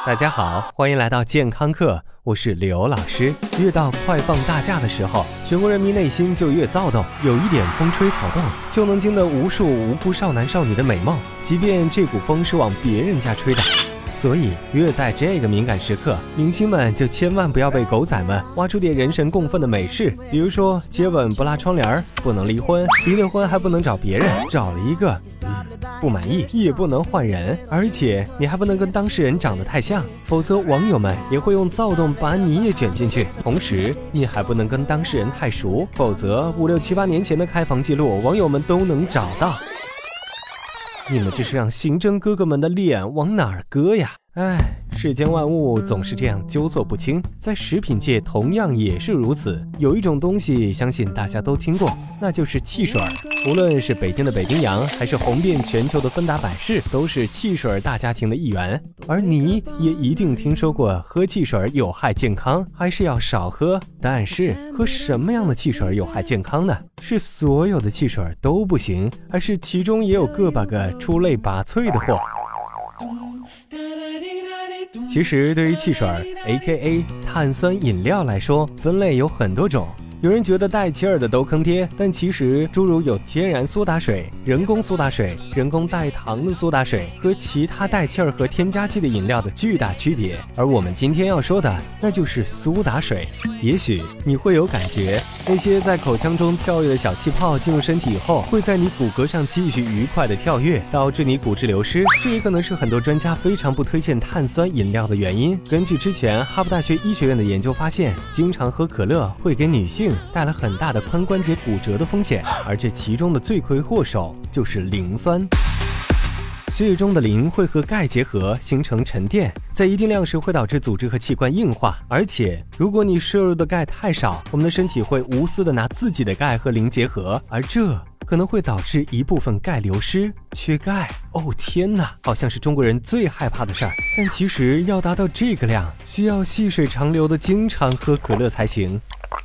大家好，欢迎来到健康课，我是刘老师。越到快放大假的时候，全国人民内心就越躁动，有一点风吹草动就能惊得无数无辜少男少女的美梦，即便这股风是往别人家吹的。所以越在这个敏感时刻，明星们就千万不要被狗仔们挖出点人神共愤的美事，比如说接吻不拉窗帘，不能离婚，离了婚还不能找别人，找了一个不满意也不能换人，而且你还不能跟当事人长得太像，否则网友们也会用躁动把你也卷进去。同时你还不能跟当事人太熟，否则5、6、7、8年前的开房记录网友们都能找到。你们这是让刑侦哥哥们的脸往哪儿搁呀？世间万物总是这样纠错不清，在食品界同样也是如此。有一种东西相信大家都听过，那就是汽水。无论是北京的北冰洋，还是红遍全球的芬达百事，都是汽水大家庭的一员。而你也一定听说过喝汽水有害健康，还是要少喝。但是喝什么样的汽水有害健康呢？是所有的汽水都不行，还是其中也有个把个出类拔萃的货？其实对于汽水 AKA 碳酸饮料来说，分类有很多种。有人觉得带气儿的都坑爹，但其实诸如有天然苏打水、人工苏打水、人工代糖的苏打水和其他带气儿和添加剂的饮料的巨大区别。而我们今天要说的，那就是苏打水。也许你会有感觉，那些在口腔中跳跃的小气泡进入身体以后，会在你骨骼上继续愉快的跳跃，导致你骨质流失。这也可能是很多专家非常不推荐碳酸饮料的原因。根据之前哈佛大学医学院的研究发现，经常喝可乐会给女性带来很大的髋关节骨折的风险，而这其中的罪魁祸首就是磷酸。血液中的磷会和钙结合形成沉淀，在一定量时会导致组织和器官硬化，而且如果你摄入的钙太少，我们的身体会无私的拿自己的钙和磷结合，而这可能会导致一部分钙流失，缺钙。天哪，好像是中国人最害怕的事儿。但其实要达到这个量，需要细水长流的经常喝可乐才行。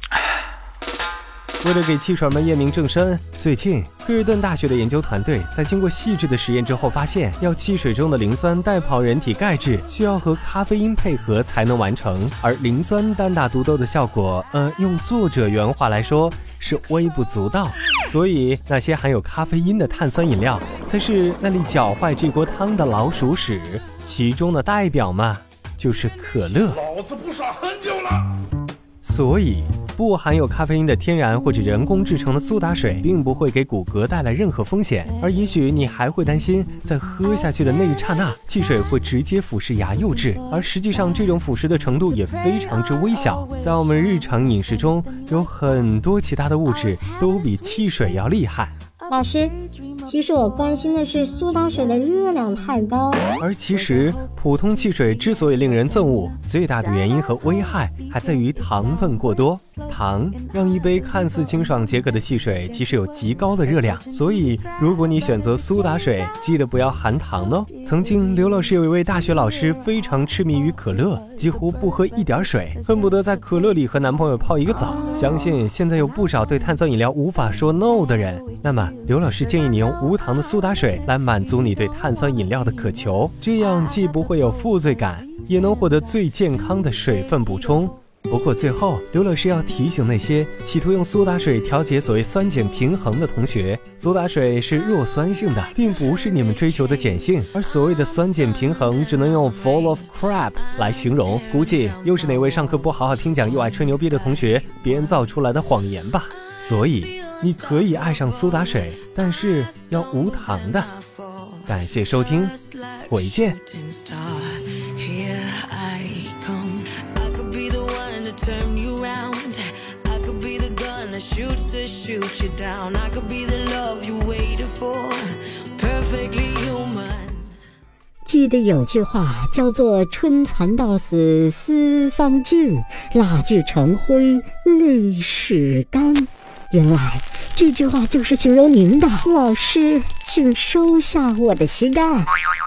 为了给汽水们验明正身，最近科尔顿大学的研究团队在经过细致的实验之后发现，要汽水中的磷酸带跑人体钙质，需要和咖啡因配合才能完成，而磷酸单打独斗的效果，用作者原话来说是微不足道。所以那些含有咖啡因的碳酸饮料才是那里搅坏这锅汤的老鼠屎，其中的代表嘛就是可乐。 老子不耍很久了。 所以不含有咖啡因的天然或者人工制成的苏打水并不会给骨骼带来任何风险，而也许你还会担心在喝下去的那一刹那，汽水会直接腐蚀牙釉质，而实际上这种腐蚀的程度也非常之微小。在我们日常饮食中，有很多其他的物质都比汽水要厉害。 老师，其实我关心的是苏打水的热量太高。 而其实普通汽水之所以令人憎恶，最大的原因和危害还在于糖分过多。糖让一杯看似清爽解渴的汽水其实有极高的热量，所以如果你选择苏打水，记得不要含糖哦。曾经刘老师有一位大学老师非常痴迷于可乐，几乎不喝一点水，恨不得在可乐里和男朋友泡一个澡。相信现在有不少对碳酸饮料无法说 no 的人，那么刘老师建议你用无糖的苏打水来满足你对碳酸饮料的渴求，这样既不会有负罪感，也能获得最健康的水分补充。不过最后刘老师要提醒那些企图用苏打水调节所谓酸碱平衡的同学，苏打水是弱酸性的，并不是你们追求的碱性，而所谓的酸碱平衡只能用 full of crap 来形容，估计又是哪位上课不好好听讲又爱吹牛逼的同学编造出来的谎言吧。所以你可以爱上苏打水，但是要无糖的。感谢收听，回见。Turn you round, I could be the gun that shoots to shoot you down. I could be the love you waited for, perfectly human. 记得有句话叫做春蚕到死丝方尽，蜡炬成灰泪始干。原来这句话就是形容您的。老师，请收下我的膝盖。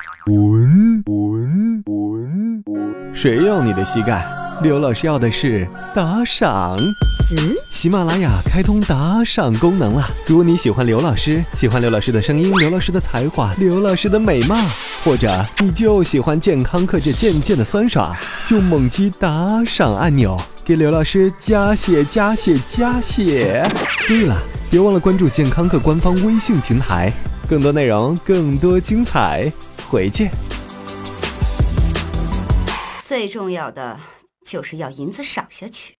谁要你的膝盖？刘老师要的是打赏。喜马拉雅开通打赏功能了。如果你喜欢刘老师，喜欢刘老师的声音，刘老师的才华，刘老师的美貌， 或者你就喜欢健康课这贱贱的酸爽，就猛击打赏按钮，给刘老师加血加血加血。对了，别忘了关注健康课官方微信平台，更多内容更多精彩，回见。 最重要的就是要银子赏下去。